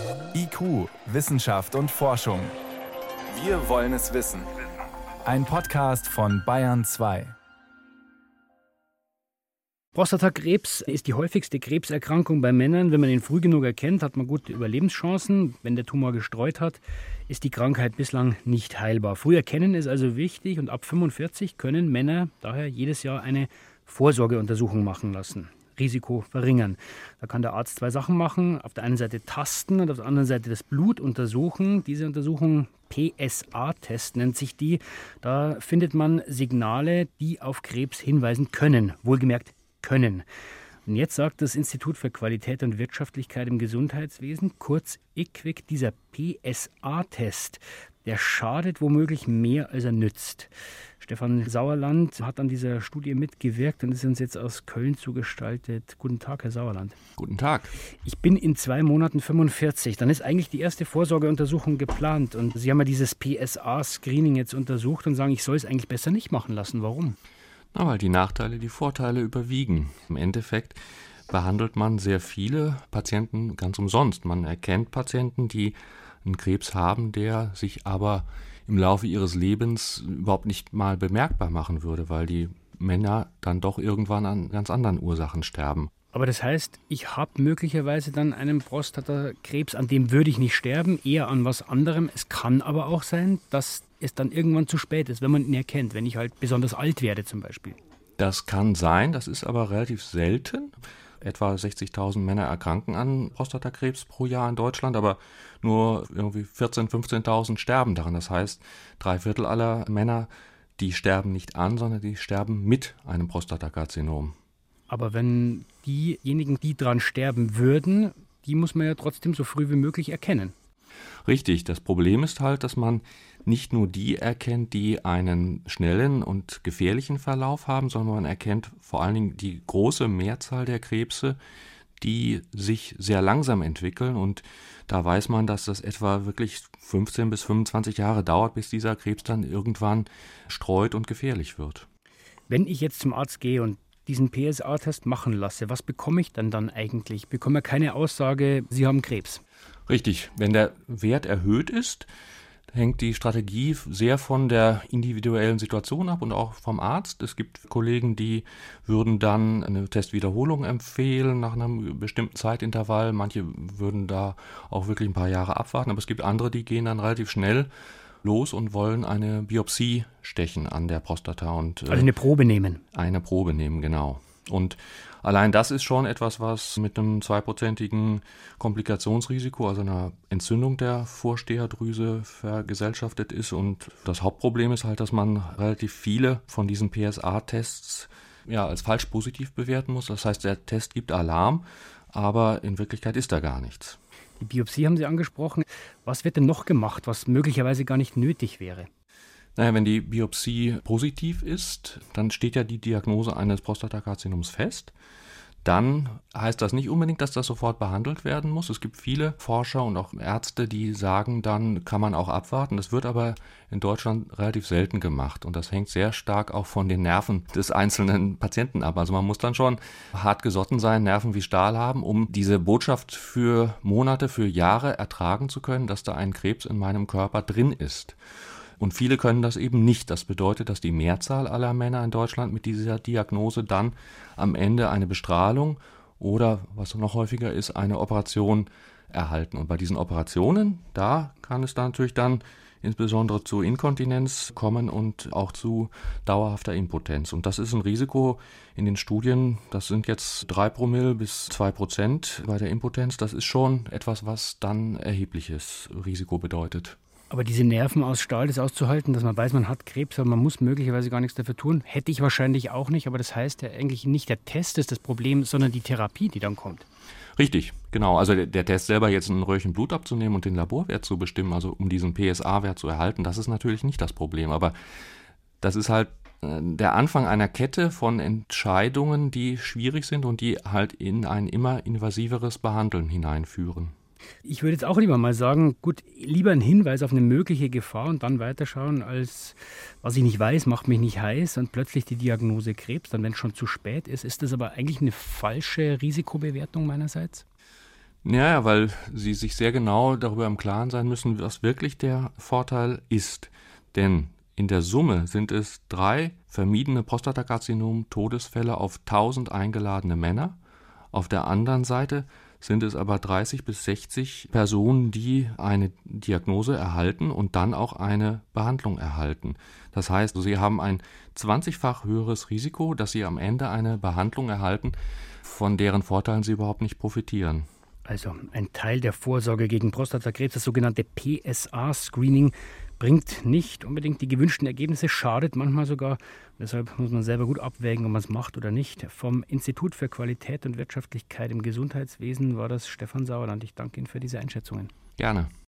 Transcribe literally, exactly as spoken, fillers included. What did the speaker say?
I Q, Wissenschaft und Forschung. Wir wollen es wissen. Ein Podcast von Bayern zwei. Prostatakrebs ist die häufigste Krebserkrankung bei Männern. Wenn man ihn früh genug erkennt, hat man gute Überlebenschancen. Wenn der Tumor gestreut hat, ist die Krankheit bislang nicht heilbar. Früh erkennen ist also wichtig und ab fünfundvierzig können Männer daher jedes Jahr eine Vorsorgeuntersuchung machen lassen. Risiko verringern. Da kann der Arzt zwei Sachen machen. Auf der einen Seite tasten und auf der anderen Seite das Blut untersuchen. Diese Untersuchung, P S A-Test nennt sich die. Da findet man Signale, die auf Krebs hinweisen können. Wohlgemerkt können. Und jetzt sagt das Institut für Qualität und Wirtschaftlichkeit im Gesundheitswesen, kurz I Q W I C, dieser P S A-Test, der schadet womöglich mehr, als er nützt. Stefan Sauerland hat an dieser Studie mitgewirkt und ist uns jetzt aus Köln zugeschaltet. Guten Tag, Herr Sauerland. Guten Tag. Ich bin in zwei Monaten fünfundvierzig. Dann ist eigentlich die erste Vorsorgeuntersuchung geplant. Und Sie haben ja dieses P S A-Screening jetzt untersucht und sagen, ich soll es eigentlich besser nicht machen lassen. Warum? Na, weil die Nachteile die Vorteile überwiegen. Im Endeffekt behandelt man sehr viele Patienten ganz umsonst. Man erkennt Patienten, die einen Krebs haben, der sich aber im Laufe ihres Lebens überhaupt nicht mal bemerkbar machen würde, weil die Männer dann doch irgendwann an ganz anderen Ursachen sterben. Aber das heißt, ich habe möglicherweise dann einen Prostatakrebs, an dem würde ich nicht sterben, eher an was anderem. Es kann aber auch sein, dass es dann irgendwann zu spät ist, wenn man ihn erkennt, wenn ich halt besonders alt werde zum Beispiel. Das kann sein, das ist aber relativ selten. Etwa sechzigtausend Männer erkranken an Prostatakrebs pro Jahr in Deutschland, aber nur irgendwie vierzehntausend, fünfzehntausend sterben daran. Das heißt, drei Viertel aller Männer, die sterben nicht an, sondern die sterben mit einem Prostatakarzinom. Aber wenn diejenigen, die dran sterben würden, die muss man ja trotzdem so früh wie möglich erkennen. Richtig, das Problem ist halt, dass man nicht nur die erkennt, die einen schnellen und gefährlichen Verlauf haben, sondern man erkennt vor allen Dingen die große Mehrzahl der Krebse, die sich sehr langsam entwickeln. Und da weiß man, dass das etwa wirklich fünfzehn bis fünfundzwanzig Jahre dauert, bis dieser Krebs dann irgendwann streut und gefährlich wird. Wenn ich jetzt zum Arzt gehe und diesen P S A-Test machen lasse, was bekomme ich denn dann eigentlich? Ich bekomme ja keine Aussage, Sie haben Krebs. Richtig, wenn der Wert erhöht ist, hängt die Strategie sehr von der individuellen Situation ab und auch vom Arzt. Es gibt Kollegen, die würden dann eine Testwiederholung empfehlen nach einem bestimmten Zeitintervall. Manche würden da auch wirklich ein paar Jahre abwarten, aber es gibt andere, die gehen dann relativ schnell los und wollen eine Biopsie stechen an der Prostata. Und, äh, also eine Probe nehmen. Eine Probe nehmen, genau. Und allein das ist schon etwas, was mit einem zweiprozentigen Komplikationsrisiko, also einer Entzündung der Vorsteherdrüse vergesellschaftet ist. Und das Hauptproblem ist halt, dass man relativ viele von diesen P S A-Tests ja, als falsch positiv bewerten muss. Das heißt, der Test gibt Alarm, aber in Wirklichkeit ist da gar nichts. Die Biopsie haben Sie angesprochen. Was wird denn noch gemacht, was möglicherweise gar nicht nötig wäre? Naja, wenn die Biopsie positiv ist, dann steht ja die Diagnose eines Prostatakarzinoms fest. Dann heißt das nicht unbedingt, dass das sofort behandelt werden muss. Es gibt viele Forscher und auch Ärzte, die sagen, dann kann man auch abwarten. Das wird aber in Deutschland relativ selten gemacht. Und das hängt sehr stark auch von den Nerven des einzelnen Patienten ab. Also man muss dann schon hart gesotten sein, Nerven wie Stahl haben, um diese Botschaft für Monate, für Jahre ertragen zu können, dass da ein Krebs in meinem Körper drin ist. Und viele können das eben nicht. Das bedeutet, dass die Mehrzahl aller Männer in Deutschland mit dieser Diagnose dann am Ende eine Bestrahlung oder, was noch häufiger ist, eine Operation erhalten. Und bei diesen Operationen, da kann es dann natürlich dann insbesondere zu Inkontinenz kommen und auch zu dauerhafter Impotenz. Und das ist ein Risiko in den Studien, das sind jetzt drei Promille bis zwei Prozent bei der Impotenz. Das ist schon etwas, was dann erhebliches Risiko bedeutet. Aber diese Nerven aus Stahl, das auszuhalten, dass man weiß, man hat Krebs, aber man muss möglicherweise gar nichts dafür tun, hätte ich wahrscheinlich auch nicht. Aber das heißt ja eigentlich nicht, der Test ist das Problem, sondern die Therapie, die dann kommt. Richtig, genau. Also der, der Test selber, jetzt ein Röhrchen Blut abzunehmen und den Laborwert zu bestimmen, also um diesen P S A-Wert zu erhalten, das ist natürlich nicht das Problem. Aber das ist halt äh, der Anfang einer Kette von Entscheidungen, die schwierig sind und die halt in ein immer invasiveres Behandeln hineinführen. Ich würde jetzt auch lieber mal sagen, gut, lieber ein Hinweis auf eine mögliche Gefahr und dann weiterschauen, als was ich nicht weiß, macht mich nicht heiß und plötzlich die Diagnose Krebs, dann wenn es schon zu spät ist. Ist das aber eigentlich eine falsche Risikobewertung meinerseits? Ja, weil Sie sich sehr genau darüber im Klaren sein müssen, was wirklich der Vorteil ist. Denn in der Summe sind es drei vermiedene Prostatakarzinom-Todesfälle auf tausend eingeladene Männer. Auf der anderen Seite sind es aber dreißig bis sechzig Personen, die eine Diagnose erhalten und dann auch eine Behandlung erhalten. Das heißt, Sie haben ein zwanzigfach höheres Risiko, dass Sie am Ende eine Behandlung erhalten, von deren Vorteilen Sie überhaupt nicht profitieren. Also ein Teil der Vorsorge gegen Prostatakrebs, das sogenannte P S A-Screening, bringt nicht unbedingt die gewünschten Ergebnisse, schadet manchmal sogar. Deshalb muss man selber gut abwägen, ob man es macht oder nicht. Vom Institut für Qualität und Wirtschaftlichkeit im Gesundheitswesen war das Stefan Sauerland. Ich danke Ihnen für diese Einschätzungen. Gerne.